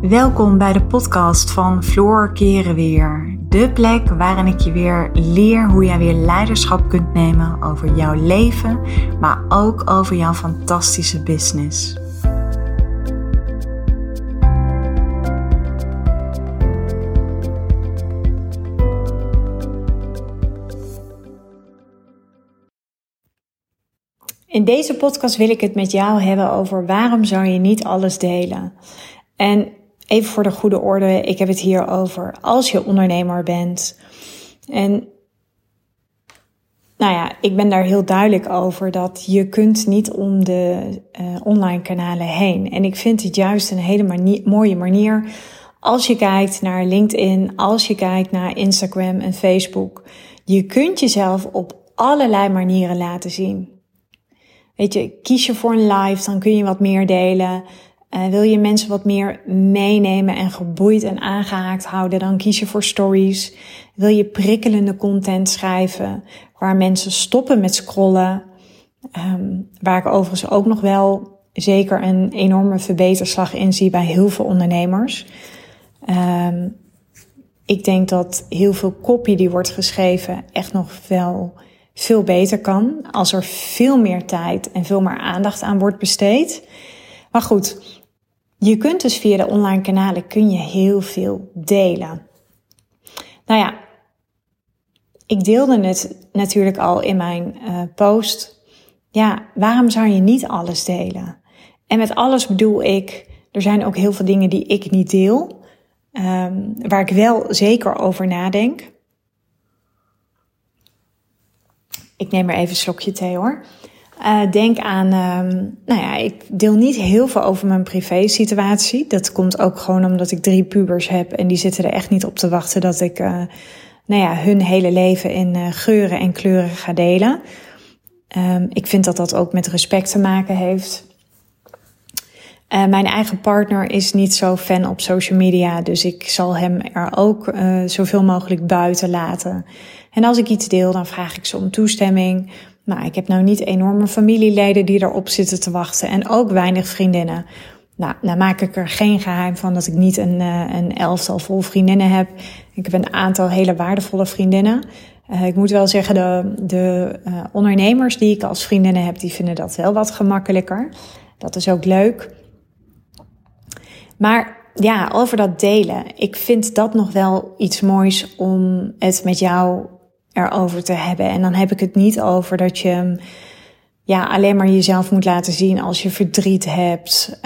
Welkom bij de podcast van Floor Keren Weer. De plek waarin ik je weer leer hoe jij weer leiderschap kunt nemen over jouw leven, maar ook over jouw fantastische business. In deze podcast wil ik het met jou hebben over waarom zou je niet alles delen. En even voor de goede orde, ik heb het hier over als je ondernemer bent. En ik ben daar heel duidelijk over dat je kunt niet om de online kanalen heen. En ik vind het juist een hele mooie manier als je kijkt naar LinkedIn, als je kijkt naar Instagram en Facebook. Je kunt jezelf op allerlei manieren laten zien. Weet je, kies je voor een live, dan kun je wat meer delen. Wil je mensen wat meer meenemen en geboeid en aangehaakt houden, dan kies je voor stories. Wil je prikkelende content schrijven, waar mensen stoppen met scrollen. Waar ik overigens ook nog wel zeker een enorme verbeterslag in zie bij heel veel ondernemers. Ik denk dat heel veel copy die wordt geschreven echt nog wel veel beter kan. Als er veel meer tijd en veel meer aandacht aan wordt besteed. Maar goed, je kunt dus via de online kanalen kun je heel veel delen. Ik deelde het natuurlijk al in mijn post. Ja, waarom zou je niet alles delen? En met alles bedoel ik, er zijn ook heel veel dingen die ik niet deel. Waar ik wel zeker over nadenk. Ik neem maar even een slokje thee hoor. Denk aan, ik deel niet heel veel over mijn privé situatie. Dat komt ook gewoon omdat ik 3 pubers heb en die zitten er echt niet op te wachten dat ik hun hele leven in geuren en kleuren ga delen. Ik vind dat dat ook met respect te maken heeft. Mijn eigen partner is niet zo fan op social media, dus ik zal hem er ook zoveel mogelijk buiten laten. En als ik iets deel, dan vraag ik ze om toestemming. Maar ik heb nou niet enorme familieleden die erop zitten te wachten en ook weinig vriendinnen. Nou maak ik er geen geheim van dat ik niet een elftal vol vriendinnen heb. Ik heb een aantal hele waardevolle vriendinnen. Ik moet wel zeggen, de ondernemers die ik als vriendinnen heb, die vinden dat wel wat gemakkelijker. Dat is ook leuk. Maar ja, over dat delen. Ik vind dat nog wel iets moois om het met jou erover te hebben. En dan heb ik het niet over dat je alleen maar jezelf moet laten zien als je verdriet hebt.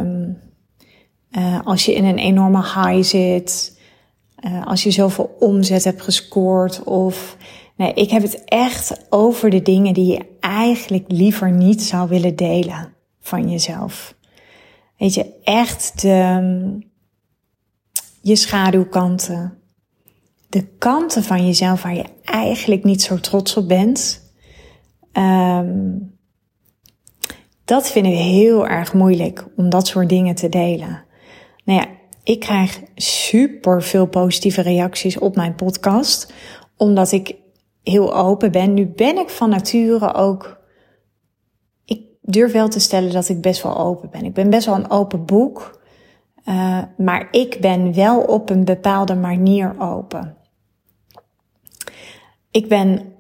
Als je in een enorme high zit. Als je zoveel omzet hebt gescoord. Nee, ik heb het echt over de dingen die je eigenlijk liever niet zou willen delen van jezelf. Weet je, echt je schaduwkanten. De kanten van jezelf waar je eigenlijk niet zo trots op bent. Dat vinden we heel erg moeilijk om dat soort dingen te delen. Ik krijg super veel positieve reacties op mijn podcast. Omdat ik heel open ben. Nu ben ik van nature ook. Ik durf wel te stellen dat ik best wel open ben. Ik ben best wel een open boek. Maar ik ben wel op een bepaalde manier open. Ik ben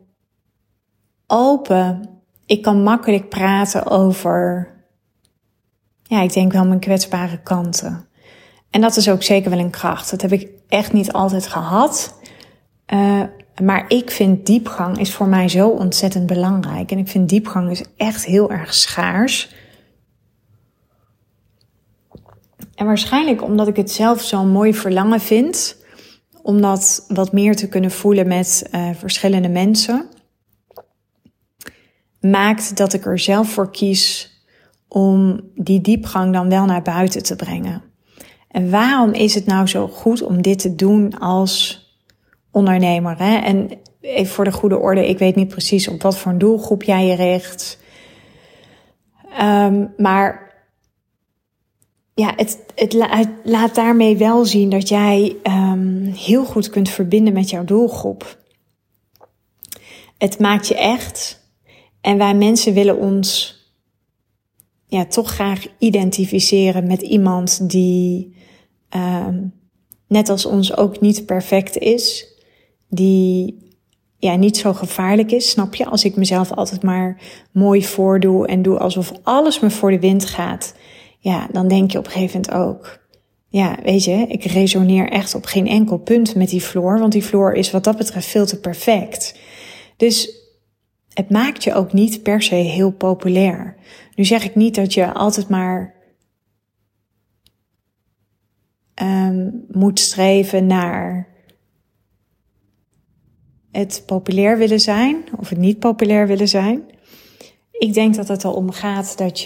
open. Ik kan makkelijk praten over, ik denk wel mijn kwetsbare kanten. En dat is ook zeker wel een kracht. Dat heb ik echt niet altijd gehad. Maar ik vind diepgang is voor mij zo ontzettend belangrijk. En ik vind diepgang is echt heel erg schaars. En waarschijnlijk omdat ik het zelf zo'n mooi verlangen vind om dat wat meer te kunnen voelen met verschillende mensen, maakt dat ik er zelf voor kies om die diepgang dan wel naar buiten te brengen. En waarom is het nou zo goed om dit te doen als ondernemer? Hè? En even voor de goede orde, ik weet niet precies op wat voor een doelgroep jij je richt. Maar het laat daarmee wel zien dat jij heel goed kunt verbinden met jouw doelgroep. Het maakt je echt. En wij mensen willen ons toch graag identificeren met iemand die net als ons ook niet perfect is, die niet zo gevaarlijk is, snap je? Als ik mezelf altijd maar mooi voordoe en doe alsof alles me voor de wind gaat, dan denk je op een gegeven moment ook, weet je, ik resoneer echt op geen enkel punt met die Floor, want die Floor is wat dat betreft veel te perfect. Dus het maakt je ook niet per se heel populair. Nu zeg ik niet dat je altijd maar moet streven naar het populair willen zijn of het niet populair willen zijn. Ik denk dat het erom gaat dat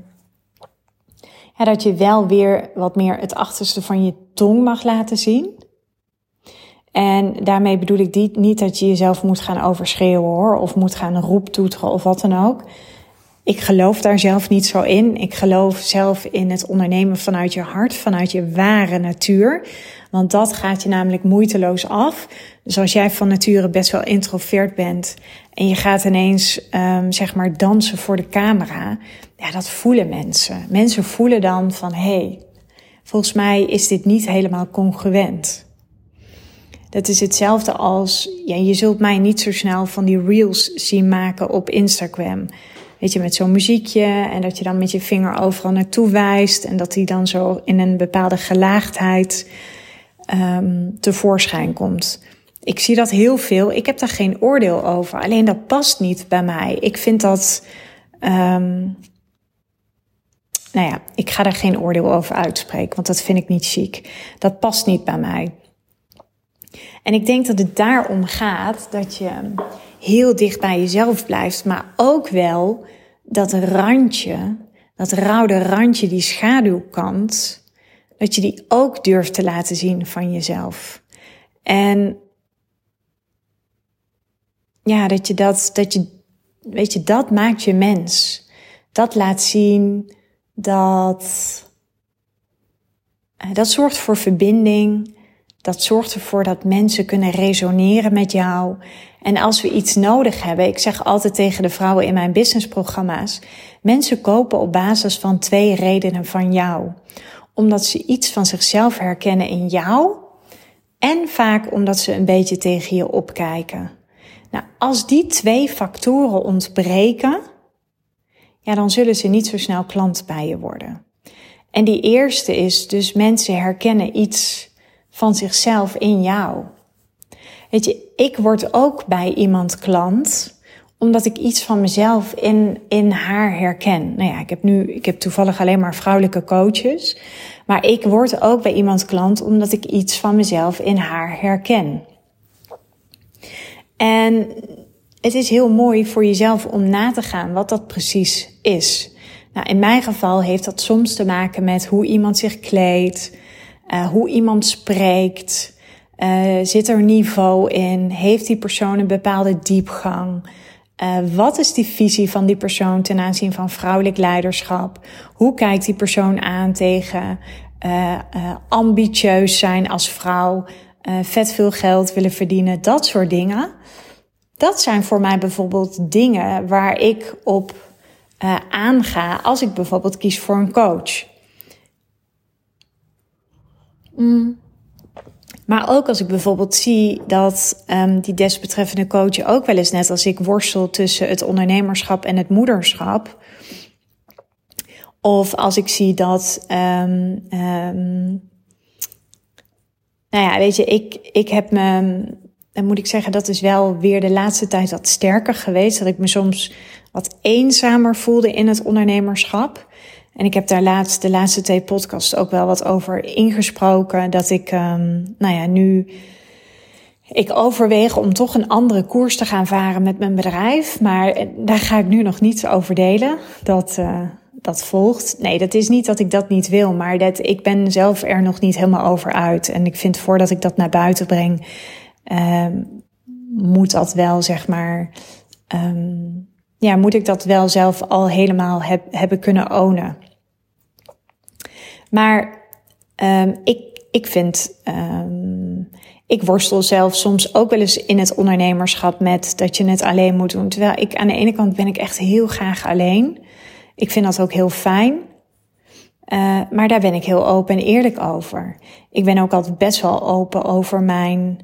je wel weer wat meer het achterste van je tong mag laten zien. En daarmee bedoel ik niet dat je jezelf moet gaan overschreeuwen hoor, of moet gaan roeptoeteren of wat dan ook. Ik geloof daar zelf niet zo in. Ik geloof zelf in het ondernemen vanuit je hart, vanuit je ware natuur. Want dat gaat je namelijk moeiteloos af. Dus als jij van nature best wel introvert bent en je gaat ineens dansen voor de camera, dat voelen mensen. Mensen voelen dan van, volgens mij is dit niet helemaal congruent. Dat is hetzelfde als, je zult mij niet zo snel van die reels zien maken op Instagram. Weet je, met zo'n muziekje en dat je dan met je vinger overal naartoe wijst en dat die dan zo in een bepaalde gelaagdheid tevoorschijn komt. Ik zie dat heel veel. Ik heb daar geen oordeel over. Alleen dat past niet bij mij. Ik vind dat, ik ga daar geen oordeel over uitspreken, want dat vind ik niet chic. Dat past niet bij mij. En ik denk dat het daarom gaat dat je heel dicht bij jezelf blijft, maar ook wel dat randje, dat rauwe randje, die schaduwkant, dat je die ook durft te laten zien van jezelf. En dat maakt je mens. Dat laat zien, dat zorgt voor verbinding. Dat zorgt ervoor dat mensen kunnen resoneren met jou. En als we iets nodig hebben, ik zeg altijd tegen de vrouwen in mijn businessprogramma's, mensen kopen op basis van 2 redenen van jou. Omdat ze iets van zichzelf herkennen in jou en vaak omdat ze een beetje tegen je opkijken. Nou, als die 2 factoren ontbreken, dan zullen ze niet zo snel klant bij je worden. En die eerste is dus mensen herkennen iets van zichzelf in jou. Weet je, ik word ook bij iemand klant, omdat ik iets van mezelf in haar herken. Ik heb toevallig alleen maar vrouwelijke coaches, maar ik word ook bij iemand klant, omdat ik iets van mezelf in haar herken. En het is heel mooi voor jezelf om na te gaan wat dat precies is. Nou, in mijn geval heeft dat soms te maken met hoe iemand zich kleedt, hoe iemand spreekt, zit er niveau in, heeft die persoon een bepaalde diepgang, wat is die visie van die persoon ten aanzien van vrouwelijk leiderschap, hoe kijkt die persoon aan tegen ambitieus zijn als vrouw, vet veel geld willen verdienen, dat soort dingen. Dat zijn voor mij bijvoorbeeld dingen waar ik op aanga als ik bijvoorbeeld kies voor een coach. Maar ook als ik bijvoorbeeld zie dat die desbetreffende coach ook wel eens net als ik worstelt tussen het ondernemerschap en het moederschap. Of als ik zie dat, weet je, ik heb me, dan moet ik zeggen, dat is wel weer de laatste tijd wat sterker geweest. Dat ik me soms wat eenzamer voelde in het ondernemerschap. En ik heb daar de laatste 2 podcasts ook wel wat over ingesproken. Dat ik, nu ik overweeg om toch een andere koers te gaan varen met mijn bedrijf. Maar daar ga ik nu nog niets over delen. Dat volgt. Nee, dat is niet dat ik dat niet wil. Maar ik ben zelf er nog niet helemaal over uit. En ik vind voordat ik dat naar buiten breng, moet dat wel, moet ik dat wel zelf al helemaal hebben kunnen ownen. Maar ik worstel zelf soms ook wel eens in het ondernemerschap met dat je het alleen moet doen. Terwijl aan de ene kant ben ik echt heel graag alleen. Ik vind dat ook heel fijn. Maar daar ben ik heel open en eerlijk over. Ik ben ook altijd best wel open over mijn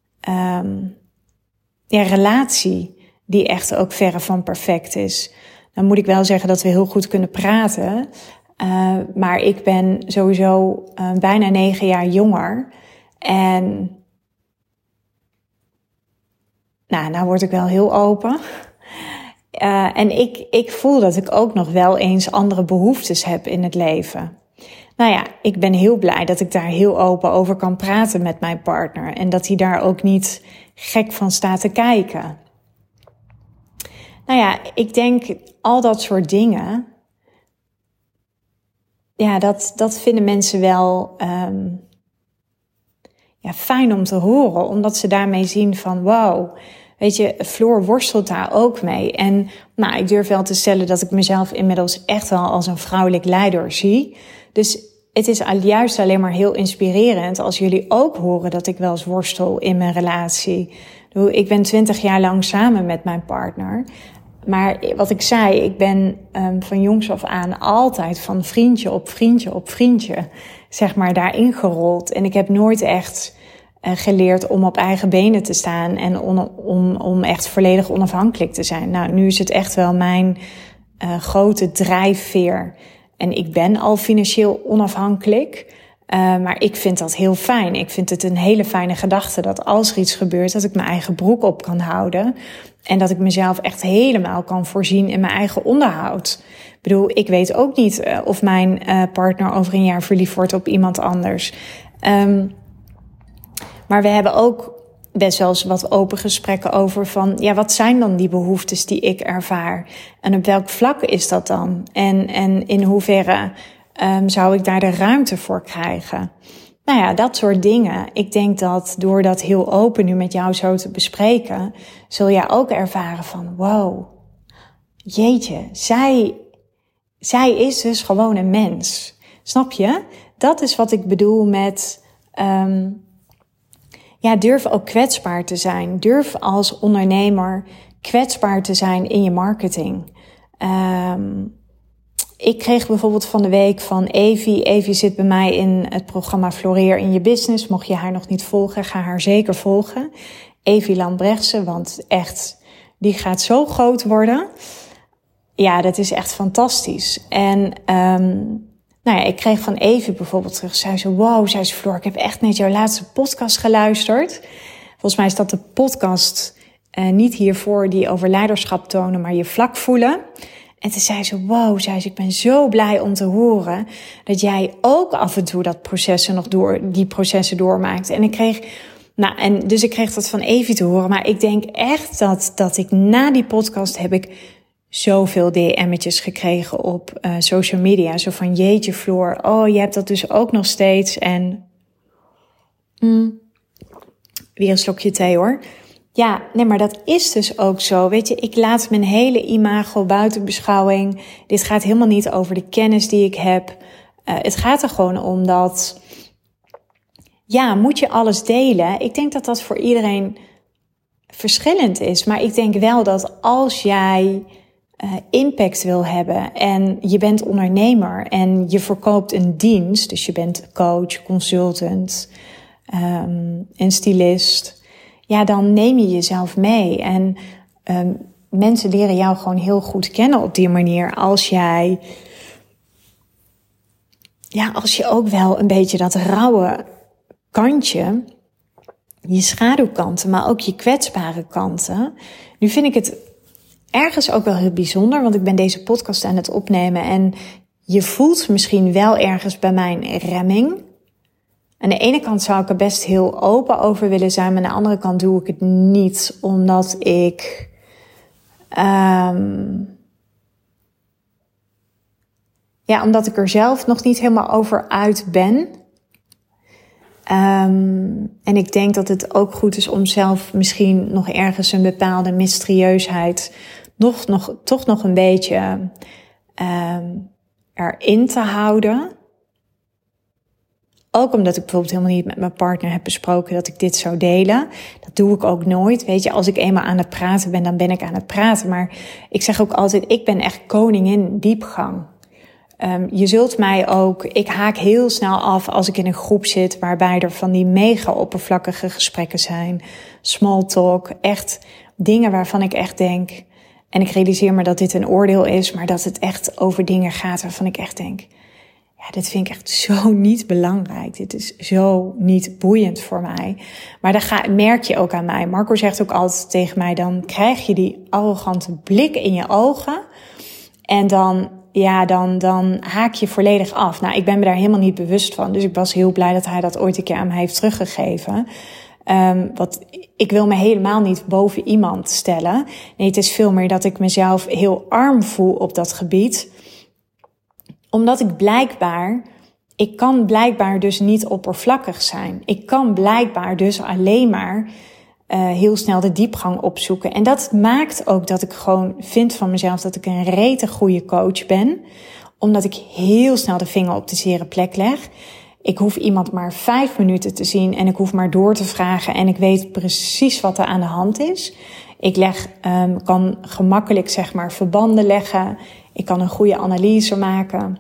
relatie, die echt ook verre van perfect is. Dan moet ik wel zeggen dat we heel goed kunnen praten. Maar ik ben sowieso bijna 9 jaar jonger. En nou word ik wel heel open. En ik voel dat ik ook nog wel eens andere behoeftes heb in het leven. Nou ja, ik ben heel blij dat ik daar heel open over kan praten met mijn partner. En dat hij daar ook niet gek van staat te kijken. Nou ja, ik denk al dat soort dingen. Ja, dat vinden mensen wel fijn om te horen. Omdat ze daarmee zien van wow, weet je, Floor worstelt daar ook mee. En nou, ik durf wel te stellen dat ik mezelf inmiddels echt wel als een vrouwelijk leider zie. Dus het is juist alleen maar heel inspirerend als jullie ook horen dat ik wel eens worstel in mijn relatie. Ik ben 20 jaar lang samen met mijn partner. Maar wat ik zei, ik ben van jongs af aan altijd van vriendje op vriendje op vriendje, zeg maar, daarin gerold. En ik heb nooit echt geleerd om op eigen benen te staan en om echt volledig onafhankelijk te zijn. Nou, nu is het echt wel mijn grote drijfveer. En ik ben al financieel onafhankelijk, maar ik vind dat heel fijn. Ik vind het een hele fijne gedachte dat als er iets gebeurt, dat ik mijn eigen broek op kan houden. En dat ik mezelf echt helemaal kan voorzien in mijn eigen onderhoud. Ik bedoel, ik weet ook niet of mijn partner over een jaar verliefd wordt op iemand anders. Maar we hebben ook best wel eens wat open gesprekken over van, ja, wat zijn dan die behoeftes die ik ervaar? En op welk vlak is dat dan? En in hoeverre zou ik daar de ruimte voor krijgen? Nou ja, dat soort dingen. Ik denk dat door dat heel open nu met jou zo te bespreken, zul jij ook ervaren van, wow, jeetje, zij is dus gewoon een mens. Snap je? Dat is wat ik bedoel met, durf ook kwetsbaar te zijn. Durf als ondernemer kwetsbaar te zijn in je marketing. Ik kreeg bijvoorbeeld van de week van Evie. Evie zit bij mij in het programma Floreer in je business. Mocht je haar nog niet volgen, ga haar zeker volgen. Evie Lambrechtse, want echt, die gaat zo groot worden. Ja, dat is echt fantastisch. En ik kreeg van Evie bijvoorbeeld terug. Zei ze, wow, zei ze, Floor, ik heb echt net jouw laatste podcast geluisterd. Volgens mij is dat de podcast niet hiervoor die over leiderschap tonen, maar je vlak voelen. En toen zei ze, wow, zei ze, ik ben zo blij om te horen dat jij ook af en toe die processen doormaakt. En ik kreeg dat van Evie te horen. Maar ik denk echt dat ik na die podcast heb ik zoveel DM'tjes gekregen op social media. Zo van, jeetje Floor, oh, je hebt dat dus ook nog steeds. En weer een slokje thee hoor. Ja, nee, maar dat is dus ook zo. Weet je, ik laat mijn hele imago buiten beschouwing. Dit gaat helemaal niet over de kennis die ik heb. Het gaat er gewoon om dat, ja, moet je alles delen? Ik denk dat dat voor iedereen verschillend is. Maar ik denk wel dat als jij impact wil hebben en je bent ondernemer en je verkoopt een dienst, dus je bent coach, consultant, en stylist, ja, dan neem je jezelf mee. En mensen leren jou gewoon heel goed kennen op die manier. Als je ook wel een beetje dat rauwe kantje, je schaduwkanten, maar ook je kwetsbare kanten. Nu vind ik het ergens ook wel heel bijzonder, want ik ben deze podcast aan het opnemen en je voelt misschien wel ergens bij mijn remming. Aan de ene kant zou ik er best heel open over willen zijn, maar aan de andere kant doe ik het niet, omdat ik omdat ik er zelf nog niet helemaal over uit ben. En ik denk dat het ook goed is om zelf misschien nog ergens een bepaalde mysterieusheid toch nog een beetje erin te houden. Ook omdat ik bijvoorbeeld helemaal niet met mijn partner heb besproken dat ik dit zou delen. Dat doe ik ook nooit. Weet je, als ik eenmaal aan het praten ben, dan ben ik aan het praten. Maar ik zeg ook altijd, ik ben echt koningin diepgang. Je zult mij ook, ik haak heel snel af als ik in een groep zit waarbij er van die mega oppervlakkige gesprekken zijn. Small talk, echt dingen waarvan ik echt denk, en ik realiseer me dat dit een oordeel is, maar dat het echt over dingen gaat waarvan ik echt denk, ja, dit vind ik echt zo niet belangrijk. Dit is zo niet boeiend voor mij. Maar dan merk je ook aan mij. Marco zegt ook altijd tegen mij, dan krijg je die arrogante blik in je ogen. En dan haak je volledig af. Nou, ik ben me daar helemaal niet bewust van. Dus ik was heel blij dat hij dat ooit een keer aan mij heeft teruggegeven. Want ik wil me helemaal niet boven iemand stellen. Nee, het is veel meer dat ik mezelf heel arm voel op dat gebied. Omdat ik kan blijkbaar dus niet oppervlakkig zijn. Ik kan blijkbaar dus alleen maar heel snel de diepgang opzoeken. En dat maakt ook dat ik gewoon vind van mezelf dat ik een rete goede coach ben. Omdat ik heel snel de vinger op de zere plek leg. Ik hoef iemand maar 5 minuten te zien en ik hoef maar door te vragen. En ik weet precies wat er aan de hand is. Ik kan gemakkelijk zeg maar verbanden leggen. Ik kan een goede analyse maken.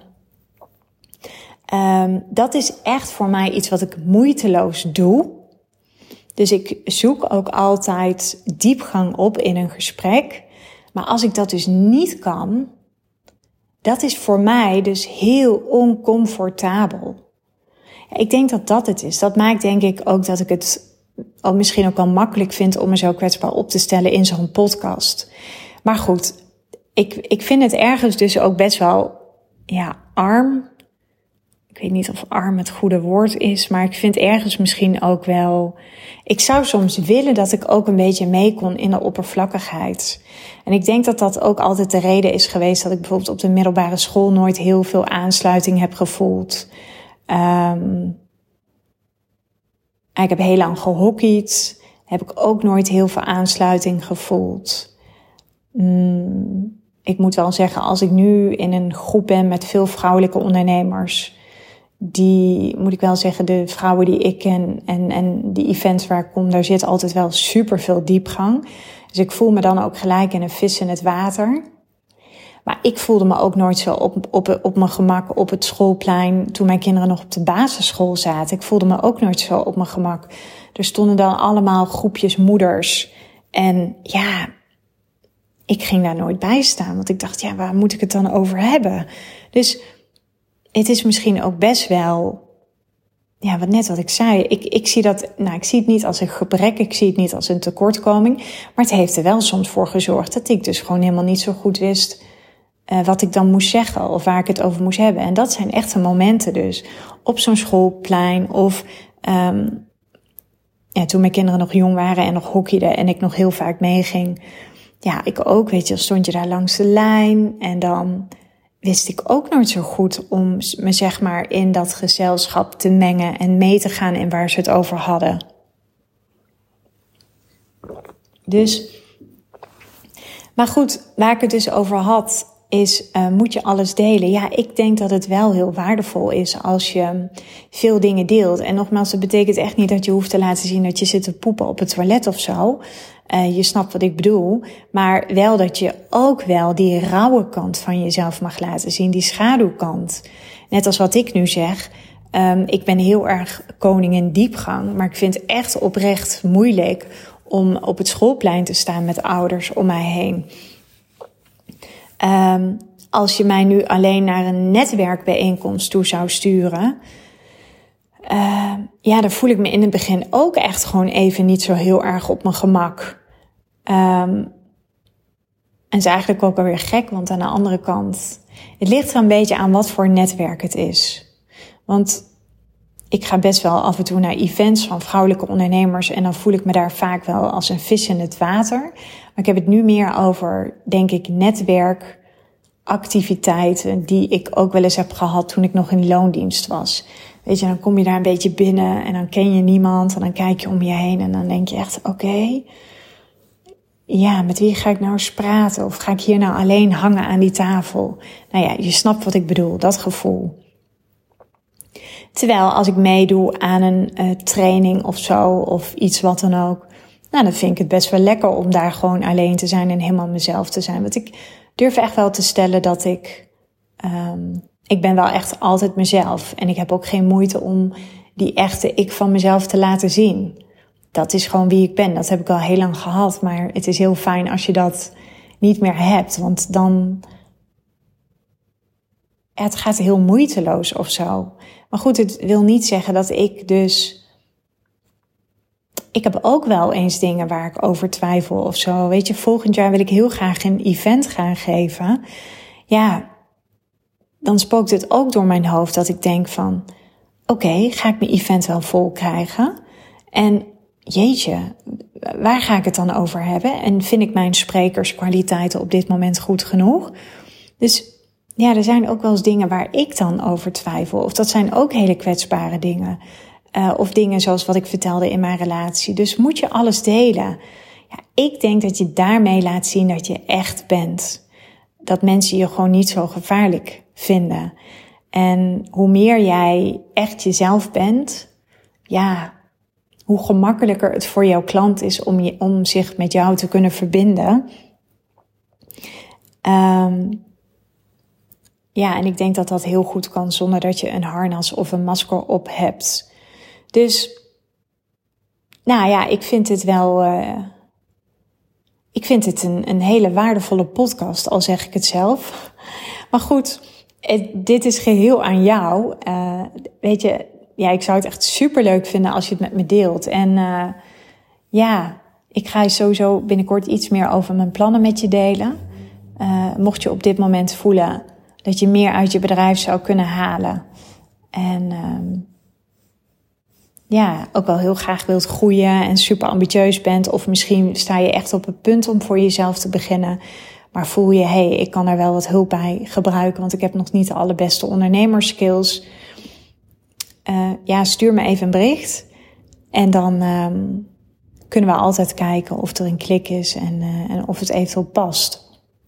Dat is echt voor mij iets wat ik moeiteloos doe. Dus ik zoek ook altijd diepgang op in een gesprek. Maar als ik dat dus niet kan, dat is voor mij dus heel oncomfortabel. Ik denk dat dat het is. Dat maakt denk ik ook dat ik het misschien ook wel makkelijk vind om me zo kwetsbaar op te stellen in zo'n podcast. Maar goed, ik vind het ergens dus ook best wel arm. Ik weet niet of arm het goede woord is, maar ik vind ergens misschien ook wel. Ik zou soms willen dat ik ook een beetje mee kon in de oppervlakkigheid. En ik denk dat dat ook altijd de reden is geweest dat ik bijvoorbeeld op de middelbare school nooit heel veel aansluiting heb gevoeld. Ik heb heel lang gehockeyd. Heb ik ook nooit heel veel aansluiting gevoeld. Ik moet wel zeggen, als ik nu in een groep ben met veel vrouwelijke ondernemers, die, moet ik wel zeggen, de vrouwen die ik ken en die events waar ik kom, daar zit altijd wel super veel diepgang. Dus ik voel me dan ook gelijk in een vis in het water. Maar ik voelde me ook nooit zo op mijn gemak op het schoolplein toen mijn kinderen nog op de basisschool zaten. Ik voelde me ook nooit zo op mijn gemak. Er stonden dan allemaal groepjes moeders. En ja, ik ging daar nooit bij staan. Want ik dacht, waar moet ik het dan over hebben? Dus het is misschien ook best wel, wat ik zei. Ik zie dat, ik zie het niet als een gebrek. Ik zie het niet als een tekortkoming. Maar het heeft er wel soms voor gezorgd dat ik dus gewoon helemaal niet zo goed wist wat ik dan moest zeggen of waar ik het over moest hebben. En dat zijn echte momenten dus. Op zo'n schoolplein of toen mijn kinderen nog jong waren en nog hockeyden en ik nog heel vaak meeging. Ja, ik ook, stond je daar langs de lijn en dan wist ik ook nooit zo goed om me zeg maar in dat gezelschap te mengen en mee te gaan in waar ze het over hadden. Dus, maar goed, waar ik het dus over had, is moet je alles delen? Ja, ik denk dat het wel heel waardevol is als je veel dingen deelt. En nogmaals, dat betekent echt niet dat je hoeft te laten zien dat je zit te poepen op het toilet of zo. Je snapt wat ik bedoel. Maar wel dat je ook wel die rauwe kant van jezelf mag laten zien. Die schaduwkant. Net als wat ik nu zeg. Ik ben heel erg koningin diepgang. Maar ik vind het echt oprecht moeilijk om op het schoolplein te staan met ouders om mij heen. Als je mij nu alleen naar een netwerkbijeenkomst toe zou sturen, dan voel ik me in het begin ook echt gewoon even niet zo heel erg op mijn gemak. En het is eigenlijk ook alweer gek, want aan de andere kant, het ligt er een beetje aan wat voor netwerk het is. Want ik ga best wel af en toe naar events van vrouwelijke ondernemers en dan voel ik me daar vaak wel als een vis in het water. Maar ik heb het nu meer over, denk ik, netwerkactiviteiten die ik ook wel eens heb gehad toen ik nog in loondienst was. Dan kom je daar een beetje binnen en dan ken je niemand en dan kijk je om je heen en dan denk je echt, oké, met wie ga ik nou eens praten? Of ga ik hier nou alleen hangen aan die tafel? Je snapt wat ik bedoel, dat gevoel. Terwijl als ik meedoe aan een training of zo, of iets wat dan ook, dan vind ik het best wel lekker om daar gewoon alleen te zijn en helemaal mezelf te zijn. Want ik durf echt wel te stellen dat ik ik ben wel echt altijd mezelf. En ik heb ook geen moeite om die echte ik van mezelf te laten zien. Dat is gewoon wie ik ben. Dat heb ik al heel lang gehad. Maar het is heel fijn als je dat niet meer hebt. Want dan... het gaat heel moeiteloos of zo. Maar goed, het wil niet zeggen dat ik dus... Ik heb ook wel eens dingen waar ik over twijfel of zo. Weet je, volgend jaar wil ik heel graag een event gaan geven. Ja, dan spookt het ook door mijn hoofd dat ik denk van... Oké, ga ik mijn event wel vol krijgen? En jeetje, waar ga ik het dan over hebben? En vind ik mijn sprekerskwaliteiten op dit moment goed genoeg? Dus ja, er zijn ook wel eens dingen waar ik dan over twijfel. Of dat zijn ook hele kwetsbare dingen. Of dingen zoals wat ik vertelde in mijn relatie. Dus moet je alles delen? Ja, ik denk dat je daarmee laat zien dat je echt bent. Dat mensen je gewoon niet zo gevaarlijk vinden. En hoe meer jij echt jezelf bent, ja, hoe gemakkelijker het voor jouw klant is om zich met jou te kunnen verbinden. Ja, en ik denk dat dat heel goed kan zonder dat je een harnas of een masker op hebt. Dus, nou ja, ik vind het wel... ik vind het een hele waardevolle podcast, al zeg ik het zelf. Maar goed, dit is geheel aan jou. Weet je, ja, ik zou het echt superleuk vinden als je het met me deelt. En ja, ik ga sowieso binnenkort iets meer over mijn plannen met je delen. Mocht je op dit moment voelen dat je meer uit je bedrijf zou kunnen halen. En ja, ook wel heel graag wilt groeien en super ambitieus bent. Of misschien sta je echt op het punt om voor jezelf te beginnen. Maar voel je, hey, ik kan daar wel wat hulp bij gebruiken. Want ik heb nog niet de allerbeste ondernemerskills. Ja, stuur me even een bericht. En dan kunnen we altijd kijken of er een klik is en of het eventueel past.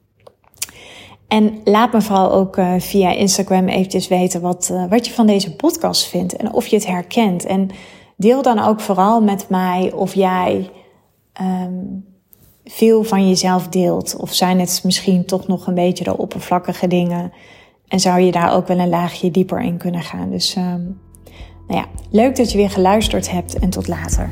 En laat me vooral ook via Instagram eventjes weten wat je van deze podcast vindt. En of je het herkent. En deel dan ook vooral met mij of jij veel van jezelf deelt. Of zijn het misschien toch nog een beetje de oppervlakkige dingen. En zou je daar ook wel een laagje dieper in kunnen gaan. Dus nou ja, leuk dat je weer geluisterd hebt en tot later.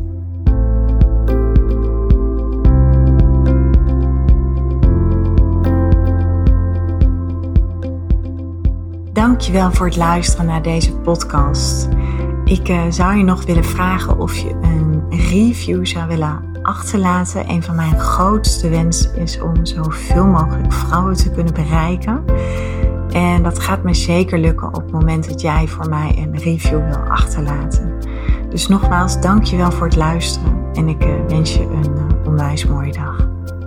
Dankjewel voor het luisteren naar deze podcast. Ik zou je nog willen vragen of je een review zou willen achterlaten. Een van mijn grootste wensen is om zoveel mogelijk vrouwen te kunnen bereiken. En dat gaat me zeker lukken op het moment dat jij voor mij een review wil achterlaten. Dus nogmaals, dankjewel voor het luisteren en ik wens je een onwijs mooie dag.